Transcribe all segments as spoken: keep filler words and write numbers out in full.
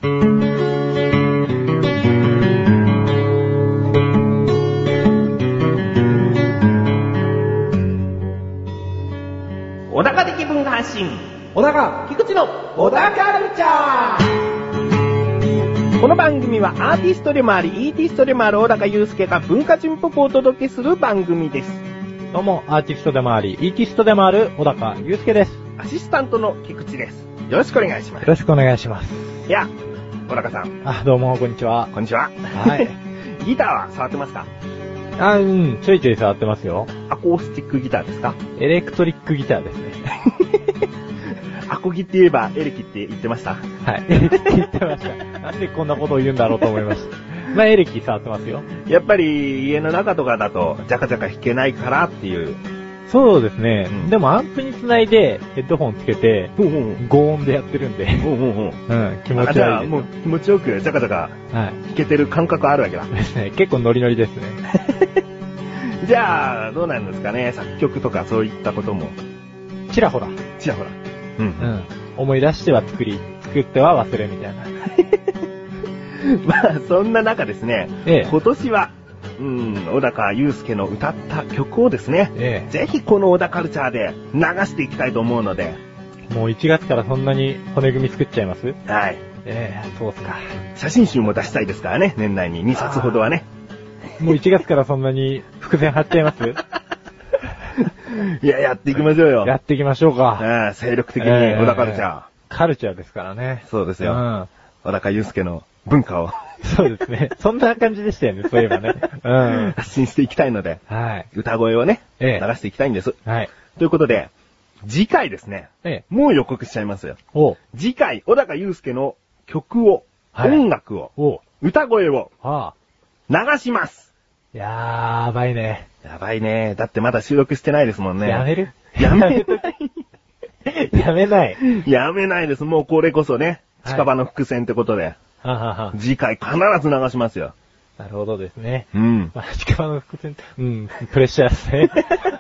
小高的文化発信、小高菊池の小高カルチャー。この番組はアーティストでもありイーティストでもある小高祐介が文化人っぽくお届けする番組です。 どうもアーティストでもありイーティストでもある小高祐介です。 アシスタントの菊池です。よろしくお願いします。 よろしくお願いします。 いや、小高さん。 あ、どうもこんにちは。 こんにちは。 はい。 ギターは触ってますか？ あ、うん、ちょいちょい触ってますよ。 アコースティックギターですか？ エレクトリックギターですね。 アコギって言えばエレキって言ってました。 はい。エレキって言ってました。なんでこんなことを言うんだろうと思いました。まあエレキ触ってますよ。 やっぱり家の中とかだとジャカジャカ弾けないからっていう。 そうですね。 うん、 でもアンプにつないでヘッドホンつけて、 うんうん、 ゴーンでやってるんで、 うんうんうん、 うん、気持ち悪いです。 じゃあもう気持ちよくジャカジャカ弾けてる感覚あるわけだ。 ですね。結構ノリノリですね。 じゃあどうなんですかね、作曲とかそういったことも。 ちらほら。 ちらほら。うん。うん。 思い出しては作り、作っては忘れみたいな。 まあそんな中ですね、 ええ、 今年は、うん、小高祐介の歌った曲をですね、 ええ、 ぜひこの小高カルチャーで流していきたいと思うので。 もういちがつからそんなに骨組み作っちゃいます？ はい。 ええ、そうっすか。 写真集も出したいですからね、年内ににさつほどはね。 もういちがつからそんなに伏線張っちゃいます？ いや、やっていきましょうよ。 やっていきましょうか。 ああ、精力的に小高カルチャー、えー。 カルチャーですからね。 そうですよ。 うん、 小高祐介の文化を。 そうですね。そんな感じでしたよね、そういえばね。うん、 発信していきたいので、 はい、 歌声をね、 ええ、 流していきたいんです。 はい。 ということで、次回ですね、 ええ、 もう予告しちゃいますよ。 お次回、小高祐介の曲を、はい、音楽を、 お歌声を、 はあ、 流します。 やばいね。 やばいね。だってまだ収録してないですもんね。 やめる？ やめない。 やめない。 やめないです。もうこれこそね、近場の伏線ってことで。はいははは次回必ず流しますよ。 なるほどですね。 うん。 まあ、近場の伏線、うん、プレッシャーですね。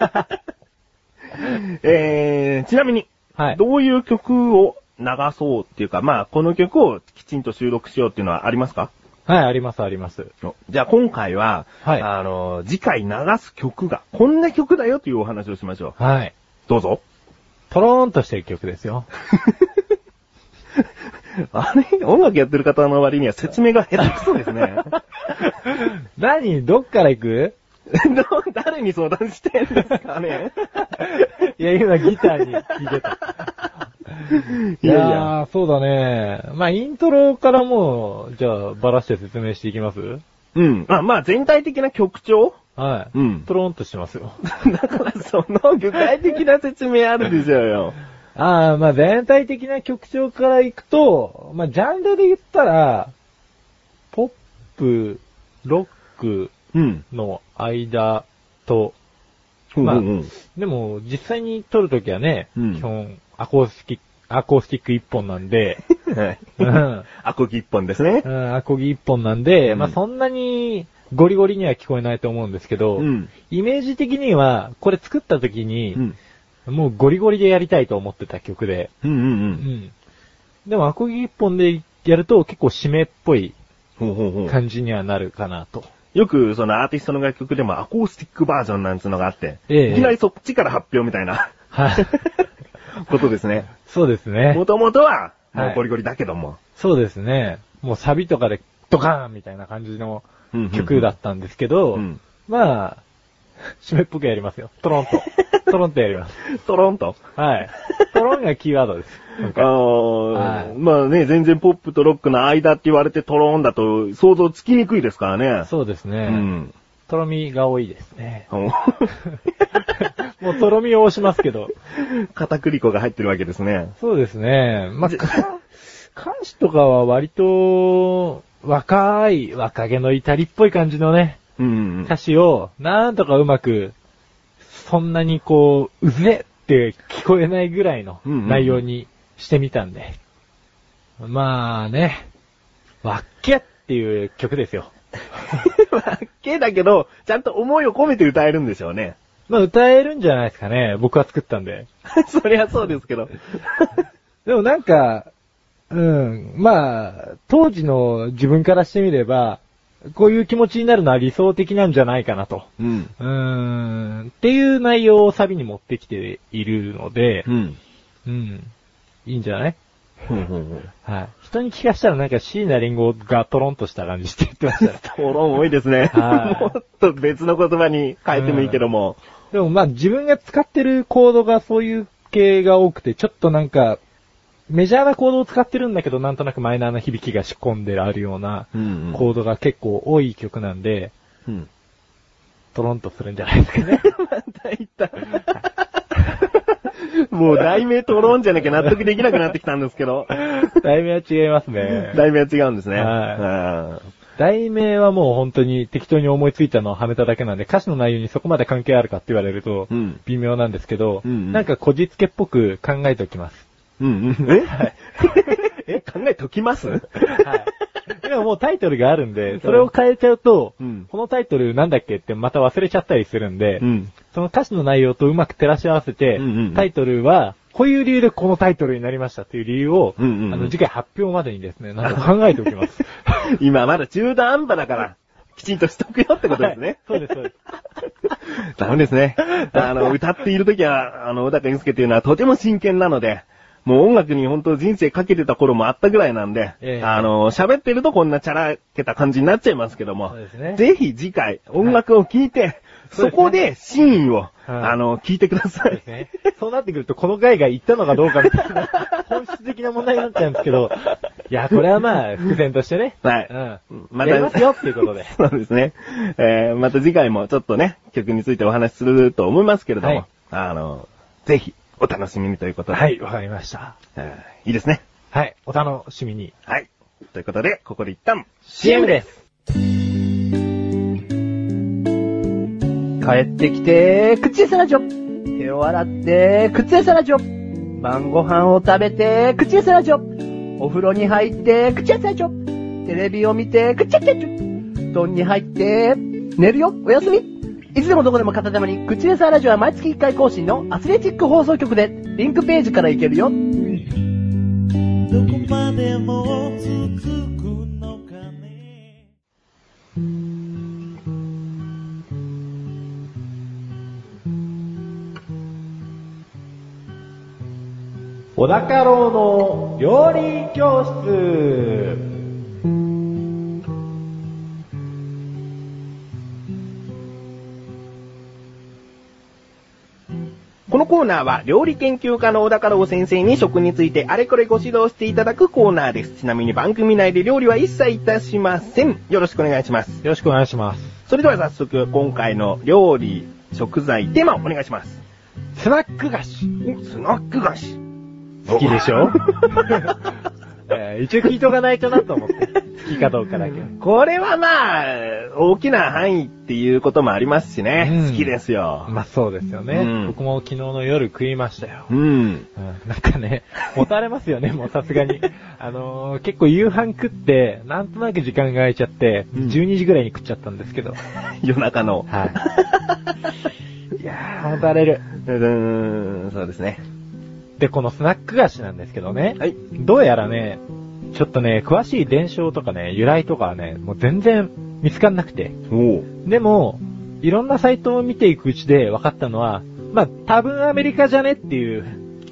えー、ちなみに、はい、どういう曲を流そうっていうか、まあ、この曲をきちんと収録しようっていうのはありますか？ はい、あります、あります。 じゃあ今回は、 はい、 あの、次回流す曲が、こんな曲だよというお話をしましょう。 はい。 どうぞ。 トローンとしてる曲ですよ。 あれ音楽やってる方の割には説明が下手くそですね。 何どっから行く？ 誰に相談してんですかね。 いや、今ギターに聞いてた。いやいや、そうだね。まあ、イントロからもう、じゃあ、ばらして説明していきます？ うん。あ、まあ、全体的な曲調？ はい。 うん。 トローンとしてますよ。 だから、その具体的な説明あるでしょうよ。 ああ、まあ、全体的な曲調からいくと、まあ、ジャンルで言ったら、ポップ、ロックの間と、 うん、 まあ、 うんうん、 でも、実際に撮るときはね、 うん、 基本、アコースティック、アコースティック一本なんで、 はい。うん、アコギ一本ですね。 うん、アコギ一本なんで、うん、まあ、そんなにゴリゴリには聞こえないと思うんですけど、うん、イメージ的には、これ作ったときに、うんもうゴリゴリでやりたいと思ってた曲で。 うんうんうん。うん、 でもアコギ一本でやると結構締めっぽい感じにはなるかなと。 よくそのアーティストの楽曲でもアコースティックバージョンなんつうのがあって、ええ、いきなりそっちから発表みたいな、はい、ことですね。 そうですね。 もともとはもうゴリゴリだけども、はい。 そうですね。もうサビとかでドカーンみたいな感じの曲だったんですけど、うんうんうん、まあ、締めっぽくやりますよ。トロンと。トロンとやります。 トロンとはい。トロンがキーワードです。 あはい、まあね、全然ポップとロックの間って言われてトロンだと想像つきにくいですからね。 そうですね。うん。とろみが多いですね。 もうとろみを押しますけど。 片栗粉が入ってるわけですね。 そうですね。まあ、歌詞とかは割と若い、若気の至りっぽい感じのね。 うんうんうん、 歌詞をなんとかうまくそんなにこううぜって聞こえないぐらいの内容にしてみたんで、うんうん、まあねわっけっていう曲ですよ。 わっけだけどちゃんと思いを込めて歌えるんでしょうね。 まあ歌えるんじゃないですかね。僕は作ったんで。 そりゃそうですけど。 でもなんかうん。まあ、当時の自分からしてみれば、こういう気持ちになるのは理想的なんじゃないかなと。 うん。 うーん。っていう内容をサビに持ってきているので、 うん。 うん。いいんじゃない？ ほうほうほう。 はい。人に聞かしたらなんか椎名林檎がトロンとした感じして言ってました。 トロン多いですね。 はいもっと別の言葉に変えてもいいけども。 でもまあ自分が使ってるコードがそういう系が多くて、ちょっとなんか、メジャーなコードを使ってるんだけど、なんとなくマイナーな響きが仕込んであるようなコードが結構多い曲なんで、 うん、 トロンとするんじゃないですかね。 また言った。もう題名トロンじゃなきゃ納得できなくなってきたんですけど。 題名は違いますね。 題名は違うんですね。 はい。題名はもう本当に適当に思いついたのをはめただけなんで、歌詞の内容にそこまで関係あるかって言われると、微妙なんですけど、うんうん、なんかこじつけっぽく考えておきます。 うんうん。え、はい、え考えておきますはい。 でももうタイトルがあるんで、それを変えちゃうと、うん、このタイトルなんだっけってまた忘れちゃったりするんで、うん、その歌詞の内容とうまく照らし合わせて、うんうんうん、タイトルは、こういう理由でこのタイトルになりましたっていう理由を、うんうんうん、あの次回発表までにですね、なんか考えておきます。 今まだ中途半端だから、きちんとしとくよってことですね。 はい、そうです、そうです。 ダメですね。あの、歌っているときは、あの、小高祐介というのはとても真剣なので、もう音楽に本当人生かけてた頃もあったぐらいなんで、えー、あの、喋ってるとこんなチャラけた感じになっちゃいますけども、そうですね、ぜひ次回音楽を聴いて、はい、そこで真意を、はい、あの、聞いてください。そうですね。 そうなってくるとこの回が言ったのかどうかみたいな本質的な問題になっちゃうんですけど、いや、これはまあ、伏線としてね。 はい。 うん。またやりますよっていうことで。 そうですね。えー、また次回もちょっとね、曲についてお話しすると思いますけれども、はい、あの、ぜひ、お楽しみにということで。 はい、わかりました。 いいですね。 はい、お楽しみに。 はい。ということで、ここで一旦シーエム です。 帰ってきて、口エサラジョ。手を洗って、口エサラジョ。晩ご飯を食べて、口エサラジョ。お風呂に入って、口エサラジョ。テレビを見て、口エサラジョ。布団に入って、寝るよ、おやすみ。いつでもどこでも片手間に、口レサーラジオは毎月いっかい更新のアスレチック放送局で、リンクページから行けるよ。どこまでも続くのかね。 小高郎の料理教室。 このコーナーは料理研究家の小高郎先生に食についてあれこれご指導していただくコーナーです。ちなみに番組内で料理は一切いたしません。よろしくお願いします。 よろしくお願いします。 それでは早速今回の料理、食材、テーマをお願いします。 スナック菓子。 スナック菓子。 好きでしょえー、一応聞いとかないとなと思って。好きかどうかだけ。 これはまあ、大きな範囲っていうこともありますしね。うん、好きですよ。 まあそうですよね、うん。僕も昨日の夜食いましたよ。 うん。うん、 なんかね、もたれますよね、もうさすがに。あのー、結構夕飯食って、なんとなく時間が空いちゃって、うん、じゅうにじぐらいに食っちゃったんですけど。 夜中の。 はい。いやー、もたれる。 うーん、そうですね。 で、このスナック菓子なんですけどね。 はい。 どうやらね、ちょっとね、詳しい伝承とかね、由来とかはね、もう全然見つかんなくて。 おでも、いろんなサイトを見ていくうちで分かったのは、まあ、多分アメリカじゃねっていう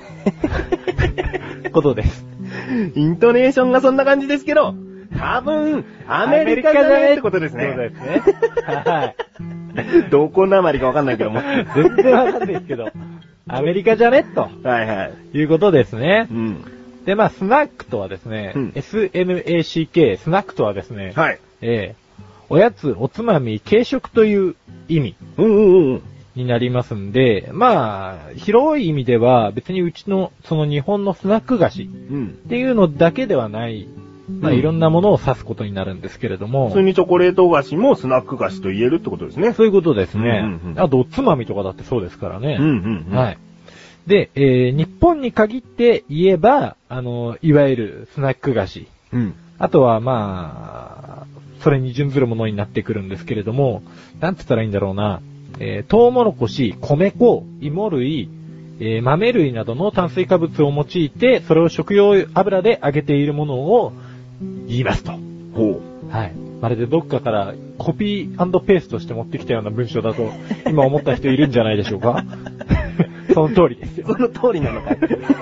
ことです。 イントネーションがそんな感じですけど、多分アメリカじゃねってことですね。 そうですね。はい。 どこなまりか分かんないけども。 全然分かんないですけど、アメリカじゃねと。 はいはい。 いうことですね。 うん。 で、まあ、スナックとはですね、うん、エスエヌエーシーケー、スナックとはですね、 はい。 えー、おやつ、おつまみ、軽食という意味。 うんうんうん。 になりますんで、まあ、広い意味では別にうちの、その日本のスナック菓子っていうのだけではない、うん、まあいろんなものを指すことになるんですけれども。 普通にチョコレート菓子もスナック菓子と言えるってことですね。 そういうことですね。 うんうんうん、 あと、おつまみとかだってそうですからね。 うんうんうん、 はい。で、えー、日本に限って言えば、あの、いわゆるスナック菓子。 うん。 あとは、まあ、それに準ずるものになってくるんですけれども、なんて言ったらいいんだろうな。えー、トウモロコシ、米粉、芋類、 えー、豆類などの炭水化物を用いて、それを食用油で揚げているものを言いますと。 ほう。はい。まるでどっかからコピー&ペーストして持ってきたような文章だと、今思った人いるんじゃないでしょうか。その通りですよ。 その通りなのか。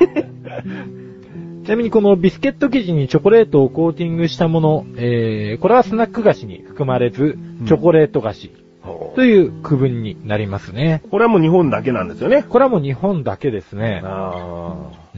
ちなみにこのビスケット生地にチョコレートをコーティングしたもの、えー、これはスナック菓子に含まれず、チョコレート菓子という区分になりますね。 これはもう日本だけなんですよね。 これはもう日本だけですね。 あうん。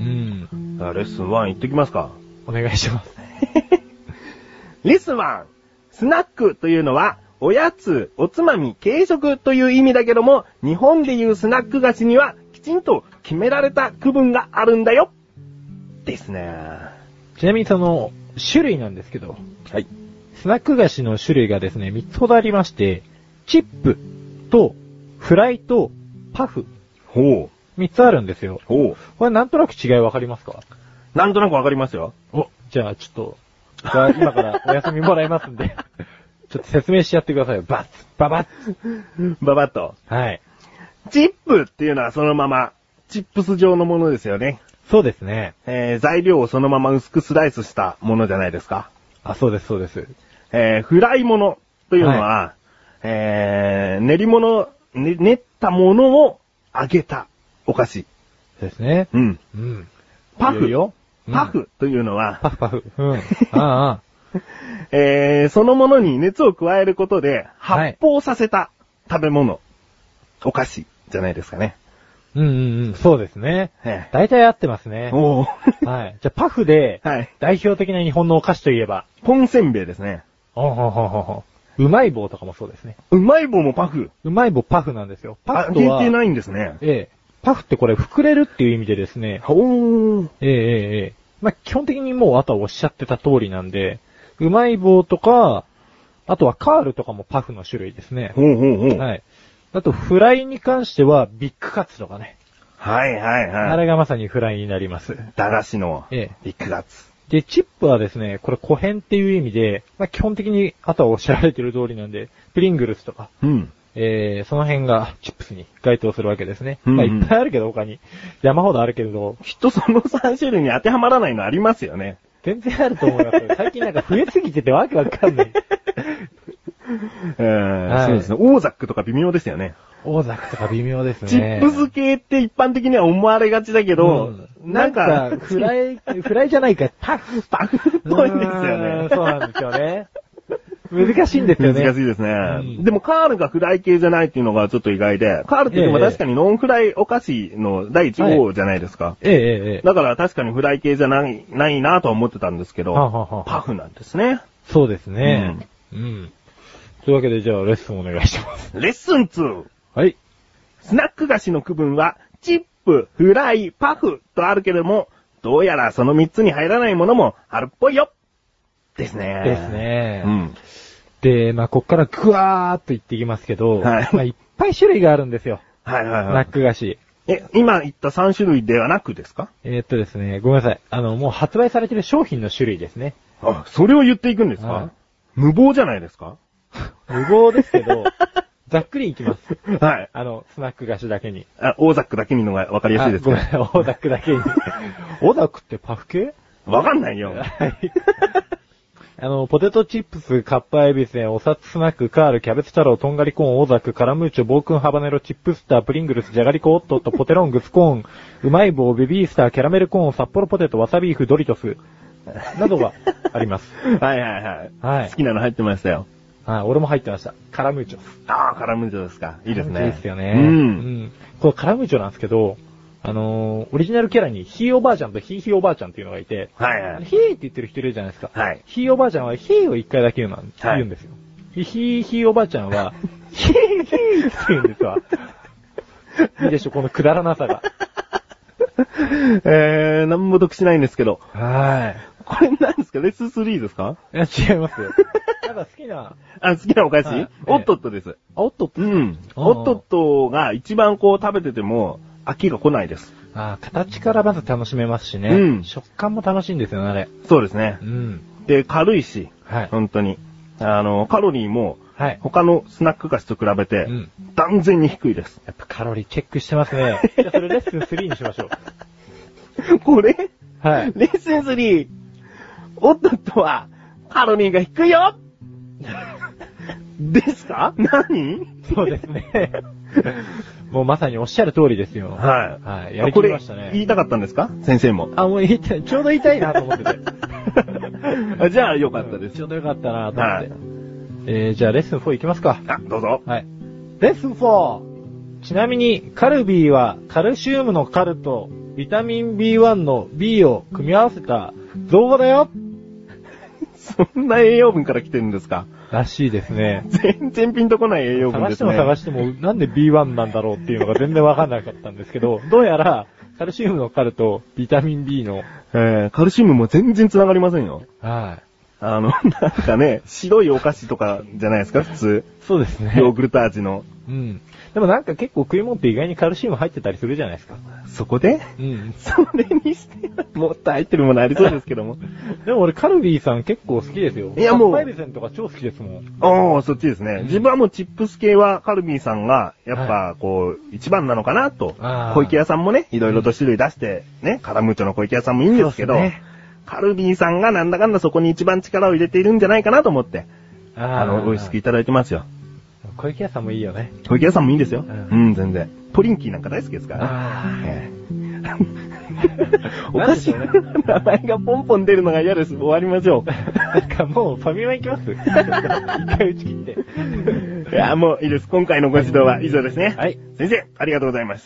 あ。レッスンワン行ってきますか。 お願いします。 レッスンワン。スナックというのは、おやつ、おつまみ、軽食という意味だけども、日本でいうスナック菓子にはきちんと決められた区分があるんだよ。ですね。 ちなみにその種類なんですけど、 はい。 スナック菓子の種類がですね、みっつほどありまして、チップとフライとパフ。 ほう。みっつあるんですよ。 ほう。 これなんとなく違いわかりますか？ なんとなくわかりますよ。 お、じゃあちょっと、今からお休みもらいますんで、ちょっと説明しちゃってくださいよ。バッババッババッと。 はい。 チップっていうのはそのまま、チップス状のものですよね。 そうですね。 えー、材料をそのまま薄くスライスしたものじゃないですか。 あ、そうです、そうです。 えー、フライ物というのは、はい、えー、練り物、ね、練ったものを揚げたお菓子。 ですね。 うん。 うん。 パフ。 よパフというのは、 パフパフ。うん。ああ。 えー、そのものに熱を加えることで発泡させた食べ物、はい、お菓子じゃないですかね。 うんうんうん、そうですね。 ええ、 大体合ってますね。 おーはい。じゃあパフで、はい、代表的な日本のお菓子といえば、 ポンせんべいですね。 おほほほほ。うまい棒とかもそうですね。 うまい棒もパフ。 うまい棒パフなんですよ。パフとは。 あ、限定ないんですね。 ええ。パフってこれ膨れるっていう意味でですね。 ほー。 ええええええ。まあ、基本的にもうあとはおっしゃってた通りなんで、うまい棒とか、あとはカールとかもパフの種類ですね。 ほうほうほう。 はい。あとフライに関してはビッグカツとかね。 はいはいはい。 あれがまさにフライになります。 駄菓子のビッグカツ。 で、チップはですね、これ小変っていう意味で、まあ、基本的にあとはおっしゃられてる通りなんで、プリングルスとか、 うん。 えー、その辺がチップスに該当するわけですね。 うんうん、 まあいっぱいあるけど他に。山ほどあるけれど。 きっとそのさん種類に当てはまらないのありますよね。 全然あると思います。最近なんか増えすぎててわけわかんない。 えーはい、そうですね。オーザックとか微妙ですよね。 オーザックとか微妙ですね。 チップス系って一般的には思われがちだけど、 うん、なんか、フライ、フライじゃないか、パフ、 パフっぽいんですよね。 そうなんですよね。難しいんですよね。 難しいですね、 うん。 でもカールがフライ系じゃないっていうのがちょっと意外で、カールって言っても確かにノンフライお菓子の第一号じゃないですか。 ええええ。 だから確かにフライ系じゃない、ないなとは思ってたんですけど、 はははパフなんですね。 そうですね。うん。うん。というわけでじゃあレッスンお願いします。 レッスンツー。 はい。 スナック菓子の区分は、チップ、フライ、パフとあるけれども、どうやらそのみっつに入らないものもあるっぽいよ。ですね。 ですね。 うん。 で、まあ、こっからグワーっと言っていきますけど、 はい。 まあ、いっぱい種類があるんですよ。 はいはいはい。 スナック菓子。 え、今言ったさん種類ではなくですか？ えー、っとですね、ごめんなさい。あの、もう発売されている商品の種類ですね。 あ、それを言っていくんですか？はい、無謀じゃないですか？ 無謀ですけど、ざっくりいきます。 はい。 あの、スナック菓子だけに。 あ、オーザックだけにのがわかりやすいですか？ ごめんなさい、オーザックだけに。オーザックってパフ系？ わかんないよ。 はい。あの、ポテトチップス、カッパエビセン、おさつスナック、カール、キャベツ太郎、とんがりコーン、オーザック、カラムーチョ、ボークンハバネロ、チップスター、プリングルス、ジャガリコ、オットット、ポテロン、グスコーン、うまい棒、ベビースター、キャラメルコーン、札幌ポテト、ワサビーフ、ドリトス、などがあります。 はいはいはい。 はい。 好きなの入ってましたよ。 はい、俺も入ってました。カラムーチョ。 ああ、カラムーチョですか。いいですね。 いいですよね。 うん。うん。 このカラムーチョなんですけど、あのー、オリジナルキャラにひいおばあちゃんとひいひいおばあちゃんっていうのがいて、 はいはい。 ひーって言ってる人いるじゃないですか。 はい。 ひいおばあちゃんはひーを一回だけ言うの、はい、言うんですよ。ひいひいおばあちゃんは、ひーひーって言うんですわ。いいでしょ、このくだらなさが。 えー、なんも得しないんですけど。 はい。 これ何ですか？レッスンスリーですか？ いや、違いますよ。なんか好きな。 あ、好きなお菓子、はい、オットットです。 オットット？ うん。オットットが一番こう食べてても飽きが来ないです。 ああ、形からまず楽しめますしね。うん。食感も楽しいんですよね、あれ。 そうですね。 うん。 で、軽いし、 はい。 本当に。あの、カロリーも、 はい。 他のスナック菓子と比べて、うん、 断然に低いです。 やっぱカロリーチェックしてますね。じゃあそれレッスンスリーにしましょう。 これはい。 レッスンスリー。おっとっとは、カロリーが低いよですか？何？ そうですね。もうまさにおっしゃる通りですよ。 はい。 はい。やりきりましたね。 これ言いたかったんですか？先生も。 あ、もう言いたい。ちょうど言いたいなと思ってて。 あじゃあよかったです。 ちょうどよかったなと思って。 はい、 えー、じゃあレッスンフォーいきますか。 あ、どうぞ。 はい。レッスンフォー。ちなみに、カルビーはカルシウムのカルとビタミン ビーワン の B を組み合わせた造語だよ。 そんな栄養分から来てるんですか？ らしいですね。 全然ピンとこない栄養分ですね。 探しても探してもなんで ビーワン なんだろうっていうのが全然わかんなかったんですけど、どうやらカルシウムのカルとビタミン B の、 えー、カルシウムも全然繋がりませんよ。 はい。 あの、なんかね、白いお菓子とかじゃないですか、普通。 そうですね。 ヨーグルト味の。 うん。でもなんか結構食い物って意外にカルシウム入ってたりするじゃないですか。 そこでうん。 それにしては、もっと入ってるものありそうですけども。 でも俺カルビーさん結構好きですよ。 いやもう。 パイルセンとか超好きですもん。 ああ、そっちですね。自分はもうチップス系はカルビーさんが、やっぱこう、一番なのかなと。小池屋さんもね、いろいろと種類出して、ね、カラムーチョの小池屋さんもいいんですけど、ね、カルビーさんがなんだかんだそこに一番力を入れているんじゃないかなと思って、あ, あの、美味しくいただいてますよ。 小池屋さんもいいよね。 小池屋さんもいいですよ。 うん、 うん、全然。トリンキーなんか大好きですからね。あえおかしい、ね、名前がポンポン出るのが嫌です。終わりましょう。 なんかもうファミマ行きます一回打ち切って。 いや、もういいです。今回のご指導は以上ですね。 はい。 先生、ありがとうございました。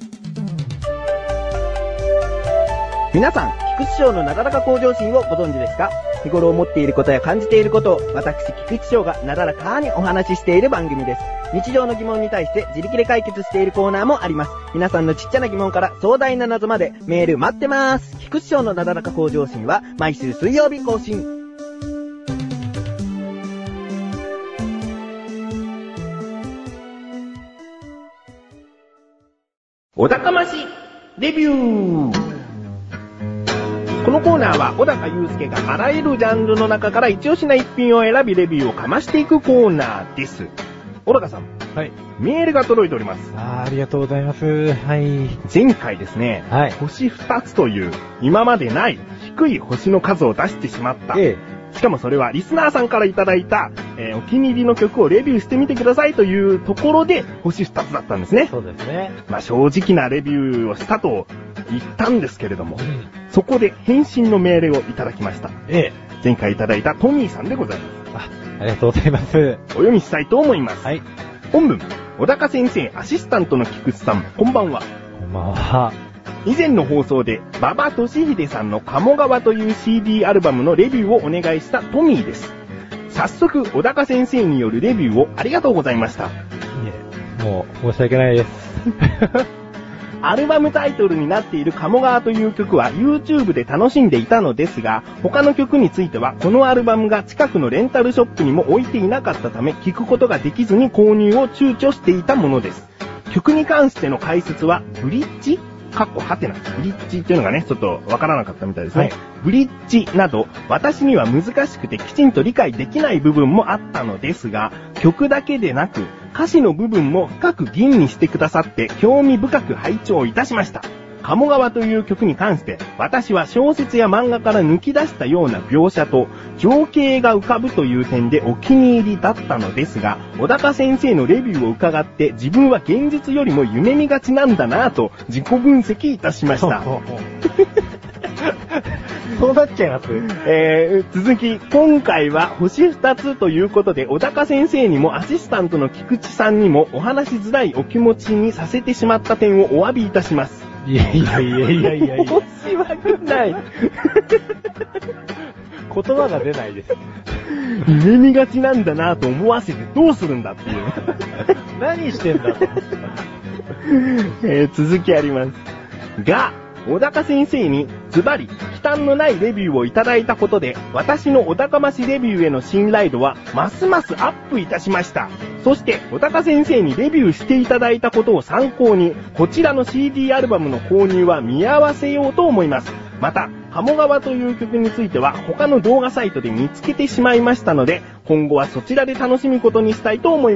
皆さん、菊池翔のなだらか向上心をご存知ですか？日頃思っていることや感じていることを、私、菊池翔がなだらかにお話ししている番組です。日常の疑問に対して自力で解決しているコーナーもあります。皆さんのちっちゃな疑問から壮大な謎までメール待ってます。菊池翔のなだらか向上心は毎週水曜日更新。お高ましレビュー。このコーナーは小高祐介があらゆるジャンルの中から一押しな一品を選びレビューをかましていくコーナーです。小高さん。 はい。 メールが届いております。 あ, ありがとうございます。はい。 前回ですね、 はい、 星ふたつという今までない低い星の数を出してしまった。ええ、しかもそれはリスナーさんからいただいた、えー、お気に入りの曲をレビューしてみてくださいというところで星ふたつだったんですね。 そうですね。 まあ正直なレビューをしたと言ったんですけれども、うん、そこで返信のメールをいただきました。ええ、前回いただいたトミーさんでございます。 あ、ありがとうございます。 お読みしたいと思います。 はい。 本文、小高先生アシスタントの菊池さん、こんばんは。 こんばんは。 以前の放送で馬場俊秀さんの鴨川という シーディー アルバムのレビューをお願いしたトミーです。早速小高先生によるレビューをありがとうございました。いえ、もう申し訳ないです。 アルバムタイトルになっている鴨川という曲は YouTube で楽しんでいたのですが、他の曲についてはこのアルバムが近くのレンタルショップにも置いていなかったため聞くことができずに購入を躊躇していたものです。曲に関しての解説はブリッジかっこはてな。ブリッジっていうのがね、ちょっとわからなかったみたいですね。はい、ブリッジなど、私には難しくてきちんと理解できない部分もあったのですが、曲だけでなく、歌詞の部分も深く吟味してくださって興味深く拝聴いたしました。鴨川という曲に関して、私は小説や漫画から抜き出したような描写と情景が浮かぶという点でお気に入りだったのですが、小高先生のレビューを伺って自分は現実よりも夢見がちなんだなぁと自己分析いたしました。 そうなっちゃいます、 えー、続き、今回は星ふたつということで、小高先生にもアシスタントの菊池さんにもお話しづらいお気持ちにさせてしまった点をお詫びいたします。 いやいやいやいやいやいや。 申し訳ない。 言葉が出ないです。 夢見がちなんだなと思わせてどうするんだっていう。 何してんだと。 えー、続きあります。が、小高先生にズバリ忌憚のないレビューをいただいたことで、私の小高ましレビューへの信頼度はますますアップいたしました。そして小高先生にレビューしていただいたことを参考に、こちらの シーディー アルバムの購入は見合わせようと思います。また、鴨川という曲については他の動画サイトで見つけてしまいましたので、今後はそちらで楽しむことにしたいと思います。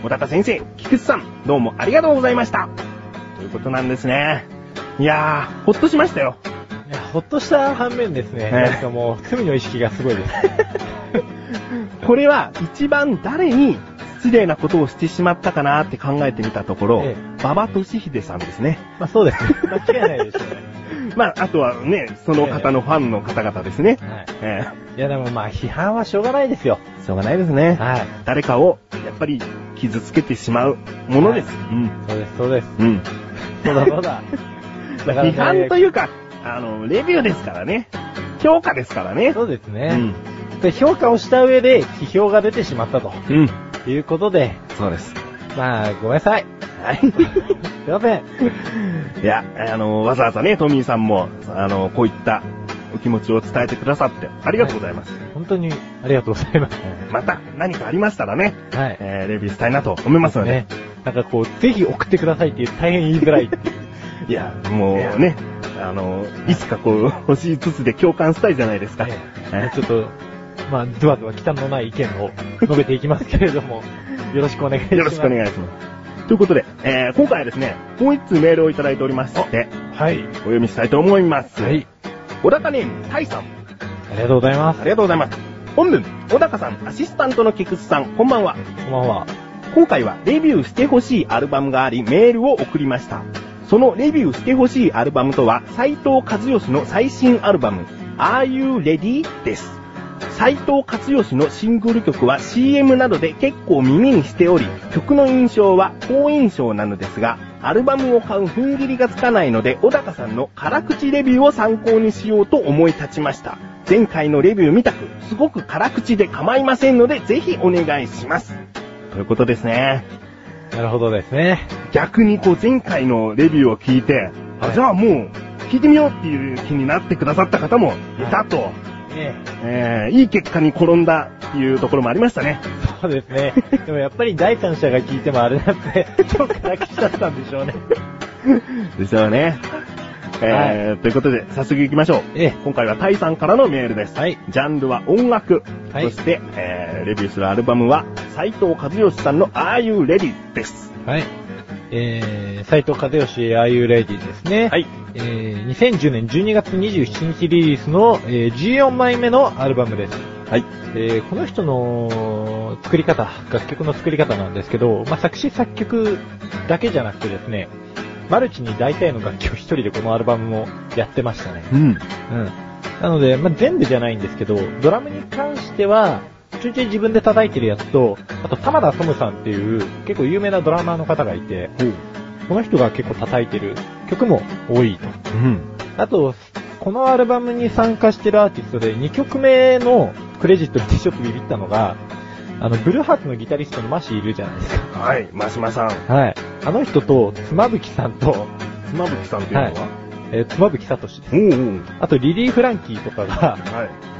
小高先生、菊池さん、どうもありがとうございました。ということなんですね。いやー、ほっとしましたよ。 いや、ほっとした反面ですね、なんかもう罪の意識がすごいです。 これは一番誰に失礼なことをしてしまったかなって考えてみたところ、ええ、馬場俊秀さんですね。 まあそうですね。間違いないでしょうね。 まあ、あとはね、その方のファンの方々ですね。 はいええ、いやでもまあ批判はしょうがないですよ。 しょうがないですね。はい。誰かをやっぱり傷つけてしまうものです。はい、 うん。そうです、そうです。 うん。 そうだそうだ。 だから、ね、批判というか、あの、レビューですからね。評価ですからね。 そうですね。うん。で評価をした上で批評が出てしまったと。うん。いうことで。 そうです。 まあ、ごめんなさい。はい。すいません。 いや、あの、わざわざね、トミーさんも、あの、こういったお気持ちを伝えてくださってありがとうございます。はい、 本当にありがとうございます。 また何かありましたらね、はい、えー、レビューしたいなと思いますので。ね、 なんかこう、ぜひ送ってくださいっていう大変言いづらいっていう。 いや、もうね、あの、いつかこう、星五つで共感したいじゃないですか。 えー、ちょっと、まあ、ドワドワ忌憚のない意見を述べていきますけれども、よろしくお願いします。 よろしくお願いします。ということで、えー、今回はですね、もう一通メールをいただいておりまして、はい。お読みしたいと思います。はい。小高ネーム、タイさん。ありがとうございます。 ありがとうございます。本文、小高さん、アシスタントの菊池さん、こんばんは。 こんばんは。 今回はレビューしてほしいアルバムがあり、メールを送りました。そのレビューしてほしいアルバムとは、斉藤和義の最新アルバム、Are You Ready? です。斉藤和義のシングル曲は シーエム などで結構耳にしており、曲の印象は好印象なのですが、アルバムを買う踏ん切りがつかないので、小高さんの辛口レビューを参考にしようと思い立ちました。前回のレビュー見たく、すごく辛口で構いませんので、ぜひお願いします。ということですね。 なるほどですね。 逆にこう前回のレビューを聞いて、はい、あ、じゃあもう聞いてみようっていう気になってくださった方もいたと。はいえええー、いい結果に転んだっていうところもありましたね。 そうですね。でもやっぱり第三者が聞いてもあれなんて、超辛口だったんでしょうね。 でしょうね。えーはい、ということで、早速行きましょう。ええ、今回はタイさんからのメールです。はい、ジャンルは音楽。はい、そして、えー、レビューするアルバムは、斉藤和義さんの Are You Ready? です。 はい。えー、斉藤和義 Are You Ready? ですね。はい。えー、にせんじゅうねんじゅうにがつにじゅうしちにちリリースの、えー、じゅうよんまいめのアルバムです。はい。えー、この人の作り方、楽曲の作り方なんですけど、まあ、作詞作曲だけじゃなくてですね、マルチに大体の楽器を一人でこのアルバムもやってましたね。うん。うん。なので、まあ、全部じゃないんですけど、ドラムに関しては、ちょいちょい自分で叩いてるやつと、あと玉田トムさんっていう結構有名なドラマーの方がいて、うん、この人が結構叩いてる曲も多いと。うん、あと、このアルバムに参加してるアーティストでにきょくめのクレジットでちょっとビビったのが、あの、ブルーハーツのギタリストのマシいるじゃないですか。 はい、マシマさん。 はい。あの人と、妻夫木さんと、 妻夫木さんっていうのは、はい、 えー、妻夫木聡です。おうおうあと、リリー・フランキーとかが、はい、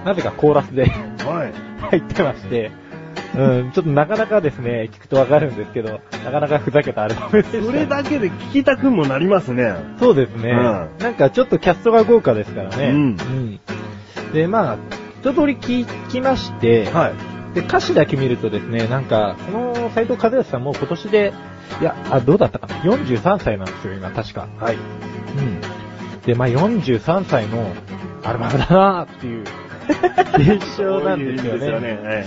なぜかコーラスで、はい、入ってまして、うん、ちょっとなかなかですね、聞くとわかるんですけど、なかなかふざけたアルバムでした。 それだけで聞きたくもなりますね。 そうですね。うん、なんかちょっとキャストが豪華ですからね。うん。うん、で、まあ、一通り聞きまして、はい。で、歌詞だけ見るとですね、なんか、この斉藤和義さんも今年で、いや、あ、どうだったかな ?よんじゅうさんさいなんですよ、今、確か。はい。うん。で、まあ、よんじゅうさんさいのアルバムだなーっていう印象なんですよね。いいですよね。はい、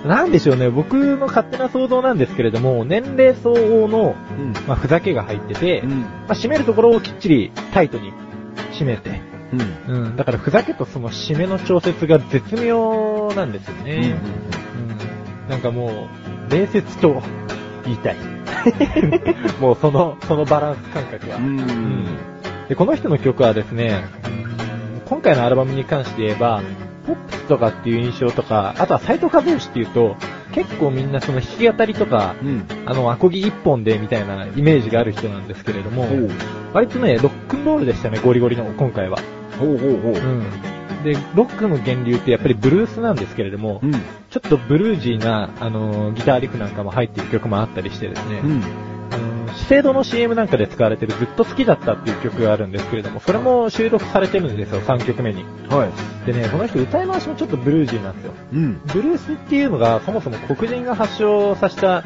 なんでしょうね、僕の勝手な想像なんですけれども、年齢相応の、うん、まあ、ふざけが入ってて、うん、まあ、締めるところをきっちりタイトに締めて、うん。うん。だから、ふざけとその締めの調節が絶妙なんですよね。うん。うん、なんかもう、礼節と言いたい。もうその、そのバランス感覚は。うん。うん、で、この人の曲はですね、今回のアルバムに関して言えば、ポップスとかっていう印象とか、あとは斉藤和義っていうと、結構みんなその弾き語りとか、うん、あの、アコギ一本でみたいなイメージがある人なんですけれども、割とね、ロックンロールでしたね、ゴリゴリの、今回は。ほうほうほう。うん。で、ロックの源流ってやっぱりブルースなんですけれども、うん、ちょっとブルージーな、あのー、ギターリフなんかも入っている曲もあったりしてですね、うん、あのー、資生堂の シーエム なんかで使われてるずっと好きだったっていう曲があるんですけれども、それも収録されてるんですよ、さんきょくめに。はい。でね、この人歌い回しもちょっとブルージーなんですよ。うん。ブルースっていうのがそもそも黒人が発祥させた、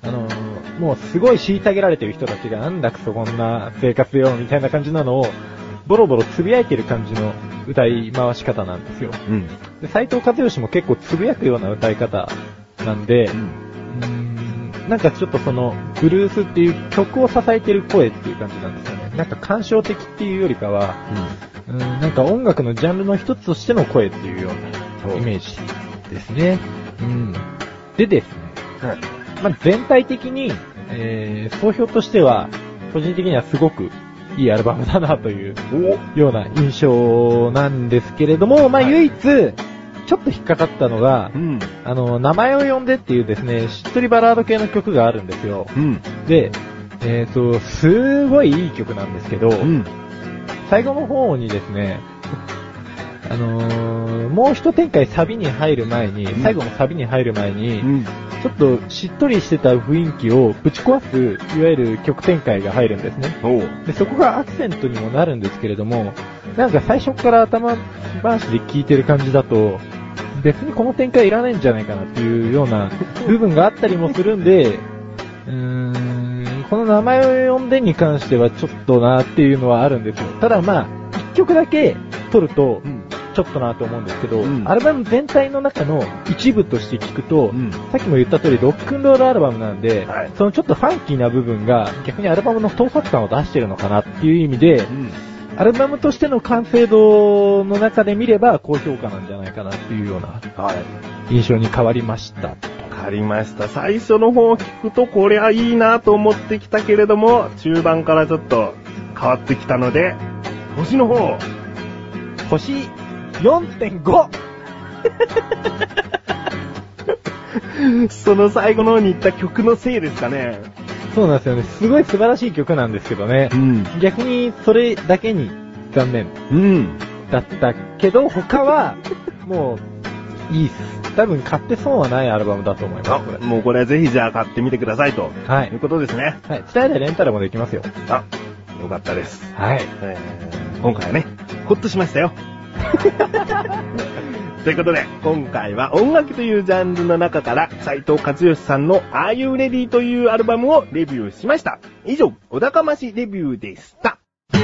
あのー、もうすごい虐げられてる人たちがなんだくそこんな生活よみたいな感じなのをボロボロつぶやいてる感じの歌い回し方なんですよ。うん。で、斉藤和義も結構つぶやくような歌い方なんで、うん、うーんなんかちょっとそのブルースっていう曲を支えてる声っていう感じなんですよね。なんか感傷的っていうよりかは、うん、うーんなんか音楽のジャンルの一つとしての声っていうようなイメージですね。うん。でですね、はい、まあ、全体的に、えー、総評としては個人的にはすごくいいアルバムだなというような印象なんですけれども、まあ、唯一、ちょっと引っかかったのが、うん、あの、名前を呼んでっていうですね、しっとりバラード系の曲があるんですよ。うん、で、えっと、すごいいい曲なんですけど、うん、最後の方にですね、あのー、もう一展開サビに入る前に、うん、最後のサビに入る前に、うん、ちょっとしっとりしてた雰囲気をぶち壊す、いわゆる曲展開が入るんですね。で、そこがアクセントにもなるんですけれども、なんか最初から頭回しで聴いてる感じだと、別にこの展開いらないんじゃないかなっていうような部分があったりもするんで、うーん、この名前を呼んでに関してはちょっとなっていうのはあるんですよ。ただまあ、一曲だけ取ると、うんちょっとなと思うんですけど、うん、アルバム全体の中の一部として聞くと、うん、さっきも言った通りロックンロールアルバムなんで、はい、そのちょっとファンキーな部分が逆にアルバムの盗撮感を出してるのかなっていう意味で、うん、アルバムとしての完成度の中で見れば高評価なんじゃないかなっていうような印象に変わりました。 変わりました。最初の方を聞くとこれはいいなと思ってきたけれども、中盤からちょっと変わってきたので、星の方、 星よんてんごその最後の方に言った曲のせいですかね。 そうなんですよね。すごい素晴らしい曲なんですけどね。うん、逆にそれだけに残念。うん。だったけど、他はもういいっす。多分買って損はないアルバムだと思います。これもうこれぜひじゃあ買ってみてくださいと。はい。いうことですね。 はい。伝えでレンタルもできますよ。 あ、よかったです。はい。えー、今回はね、ほっとしましたよ。ということで、今回は音楽というジャンルの中から斉藤和義さんの Are You Ready というアルバムをレビューしました。以上、お高ましレビューでした。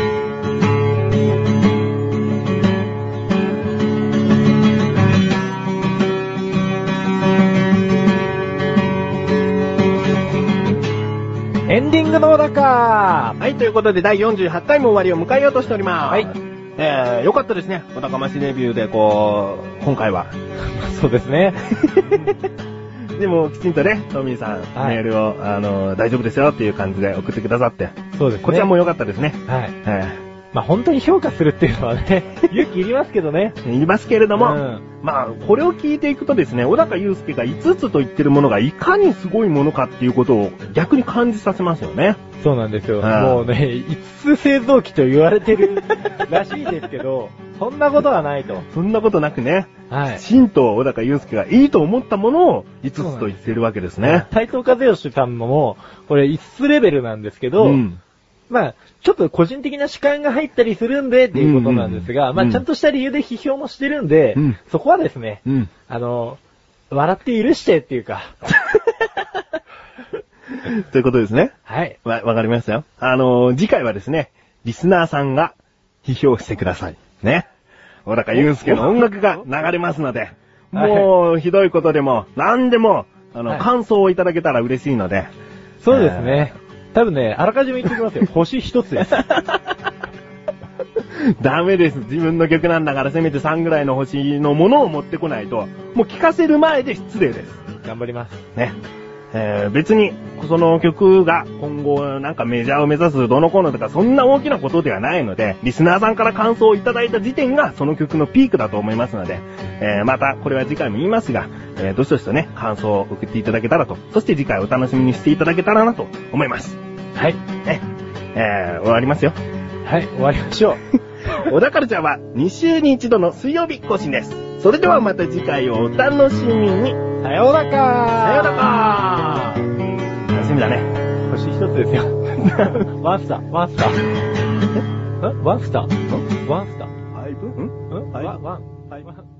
エンディングの小高。 はい、ということでだいよんじゅうはちかいも終わりを迎えようとしております。はい。えー、よかったですね。お高ましレビューで、こう、今回は。 そうですね。 でも、きちんとね、トミーさん、はい、メールを、あの、大丈夫ですよっていう感じで送ってくださって。 そうですね。 こちらもよかったですね。はい。 はい。まあ本当に評価するっていうのはね、勇気いりますけどね。 いりますけれども、うん、まあ、これを聞いていくとですね、小高祐介がいつつと言ってるものがいかにすごいものかっていうことを逆に感じさせますよね。 そうなんですよ。もうね、いつつ製造機と言われてるらしいですけど、そんなことはないと。 そんなことなくね、はい。きちんと小高祐介がいいと思ったものをいつつと言ってるわけですね。 斉藤和義さんのも、これいつつレベルなんですけど、うん、まあ、ちょっと個人的な主観が入ったりするんでっていうことなんですが、うんうん、まあちゃんとした理由で批評もしてるんで、うん、そこはですね、うん、あの、笑って許してっていうか。 ということですね。 はい。 わ、わかりましたよ。あのー、次回はですね、リスナーさんが批評してください。ね。小高祐介の音楽が流れますので、もう、ひどいことでも、何でも、あの、はい、感想をいただけたら嬉しいので。 そうですね。多分ね、あらかじめ言ってきますよ。星一つです。 ダメです。自分の曲なんだからせめてさんぐらいの星のものを持ってこないと、もう聴かせる前で失礼です。 頑張ります。 ね。えー、別に、その曲が今後なんかメジャーを目指すどのコーナーとかそんな大きなことではないので、リスナーさんから感想をいただいた時点がその曲のピークだと思いますので、えー、またこれは次回も言いますが、えー、どしどしとね、感想を送っていただけたらと、そして次回お楽しみにしていただけたらなと思います。 はい。 ね。えー、終わりますよ。 はい、終わりましょう。小田カルチャーはにしゅうにいちどの水曜日更新です。それではまた次回をお楽しみに。 さようなら。 さようなら。楽しみだね。 星一つですよ。ワンスター、ワンスター。えワンスターワンスター。 ファイブんワン、ワン、ファイブ。